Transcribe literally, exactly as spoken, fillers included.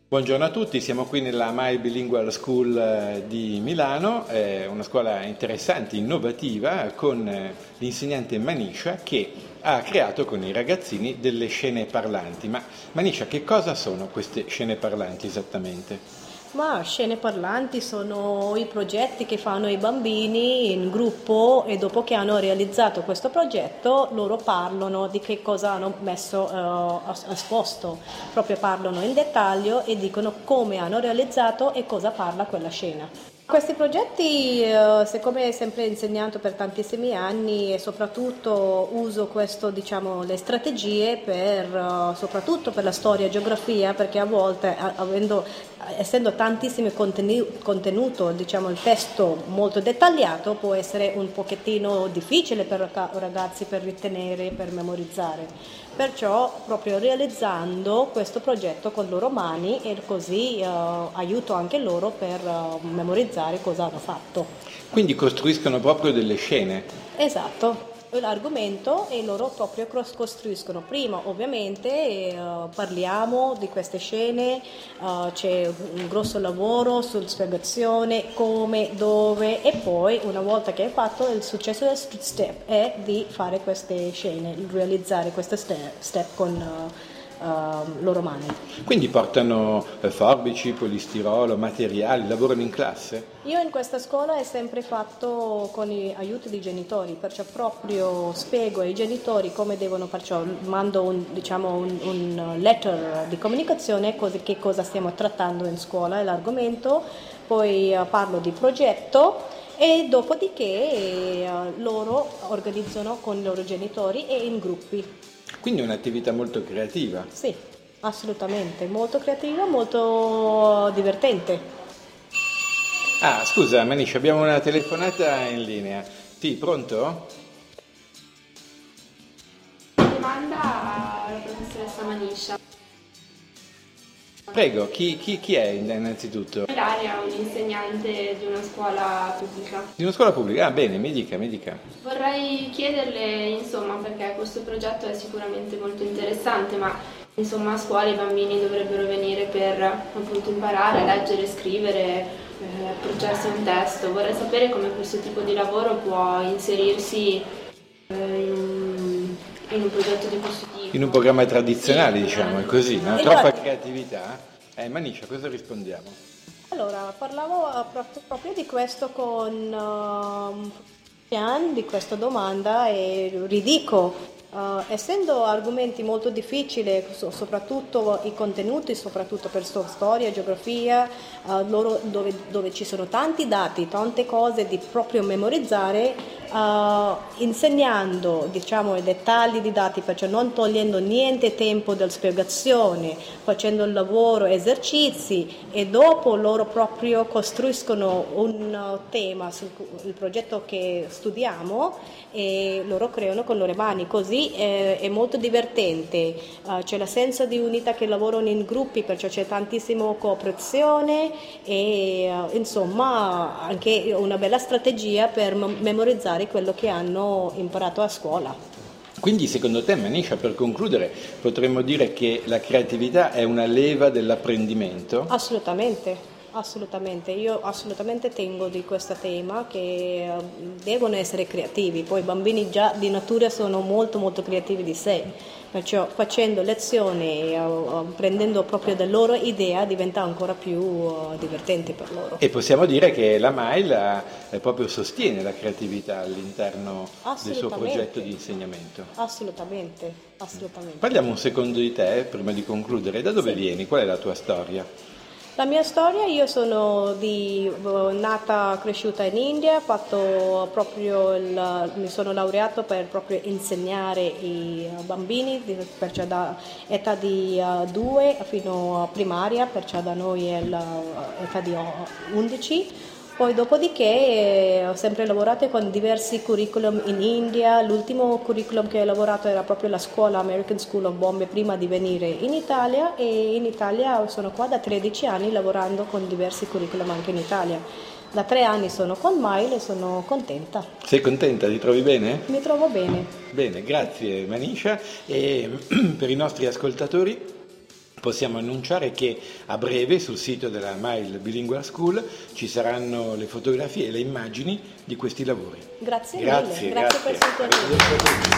Buongiorno a tutti, siamo qui nella Mile Bilingual School eh, di Milano, è una scuola interessante, innovativa, con eh, l'insegnante Manisha che ha creato con i ragazzini delle scene parlanti. Ma Manisha, che cosa sono queste scene parlanti esattamente? Ma scene parlanti sono i progetti che fanno i bambini in gruppo e dopo che hanno realizzato questo progetto loro parlano di che cosa hanno messo eh, a, a posto, proprio parlano in dettaglio e dicono come hanno realizzato e cosa parla quella scena. Questi progetti, eh, siccome è sempre insegnato per tantissimi anni e soprattutto uso questo, diciamo, le strategie per, eh, soprattutto per la storia e geografia, perché a volte, a- avendo, essendo tantissimo contenu- contenuto, diciamo, il testo molto dettagliato, può essere un pochettino difficile per raga- ragazzi per ritenere, per memorizzare. Perciò proprio realizzando questo progetto con loro mani e così eh, aiuto anche loro per eh, memorizzare cosa hanno fatto. Quindi costruiscono proprio delle scene. Esatto, l'argomento e loro proprio cros- costruiscono. Prima ovviamente eh, parliamo di queste scene, eh, c'è un grosso lavoro sulla spiegazione, come, dove e poi una volta che è fatto il successo del step è di fare queste scene, realizzare queste ste- step con eh, eh, loro mani. Quindi portano eh, forbici, polistirolo, materiali, lavorano in classe? Io in questa scuola è sempre fatto con l'aiuto dei genitori, perciò proprio spiego ai genitori come devono, perciò mando un, diciamo, un, un letter di comunicazione, così che cosa stiamo trattando in scuola, è l'argomento, poi eh, parlo di progetto e dopodiché eh, loro organizzano con i loro genitori e in gruppi. Quindi è un'attività molto creativa. Sì, assolutamente, molto creativa, molto divertente. Ah, scusa Manisha, abbiamo una telefonata in linea. Sì, pronto? Domanda alla professoressa Manisha. Prego, chi, chi, chi è innanzitutto? Ilaria è un insegnante di una scuola pubblica. Di una scuola pubblica? Ah, bene, mi dica, mi dica. Vorrei chiederle, insomma, perché questo progetto è sicuramente molto interessante, ma insomma a scuola i bambini dovrebbero venire per appunto imparare a leggere, scrivere, eh, approcciarsi a un testo. Vorrei sapere come questo tipo di lavoro può inserirsi eh, in un, in un progetto di questo tipo. In un programma tradizionale, Sì, diciamo, è così, no? Esatto. Troppa creatività. Eh, Manisha, cosa rispondiamo? Allora, parlavo eh, pro- proprio di questo con ehm, Ian, di questa domanda e ridico, eh, essendo argomenti molto difficili, so- soprattutto i contenuti, soprattutto per sto- storia, geografia, eh, loro dove, dove ci sono tanti dati, tante cose di proprio memorizzare, Uh, insegnando, diciamo, i dettagli di dati, perciò non togliendo niente tempo della spiegazione, facendo il lavoro, esercizi e dopo loro proprio costruiscono un uh, tema sul il progetto che studiamo e loro creano con le loro mani, così eh, è molto divertente. Uh, c'è la senso di unità che lavorano in gruppi, perciò c'è tantissima cooperazione e uh, insomma anche una bella strategia per mem- memorizzare quello che hanno imparato a scuola. Quindi, secondo te, Manisha, per concludere, potremmo dire che la creatività è una leva dell'apprendimento? Assolutamente, assolutamente. Io assolutamente tengo di questo tema che eh, devono essere creativi. Poi i bambini già di natura sono molto molto creativi di sé, perciò facendo lezioni, eh, prendendo proprio da loro idea diventa ancora più eh, divertente per loro. E possiamo dire che la Mile eh, proprio sostiene la creatività all'interno del suo Assolutamente. progetto di insegnamento. Assolutamente, assolutamente. Parliamo un secondo di te, prima di concludere. Da dove Sì. vieni? Qual è la tua storia? La mia storia, io sono di, eh, nata, cresciuta in India, fatto proprio il, mi sono laureato per proprio insegnare i eh, bambini, di- perciò da età di due fino a primaria, perciò da noi è l'età di undici. Poi dopodiché eh, ho sempre lavorato con diversi curriculum in India, l'ultimo curriculum che ho lavorato era proprio la scuola American School of Bombay prima di venire in Italia e in Italia sono qua da tredici anni lavorando con diversi curriculum anche in Italia. Da tre anni sono con Mile e sono contenta. Sei contenta? Ti trovi bene? Mi trovo bene. Bene, grazie Manisha. E per i nostri ascoltatori possiamo annunciare che a breve sul sito della Mail Bilingual School ci saranno le fotografie e le immagini di questi lavori. Grazie, grazie mille, grazie, grazie per il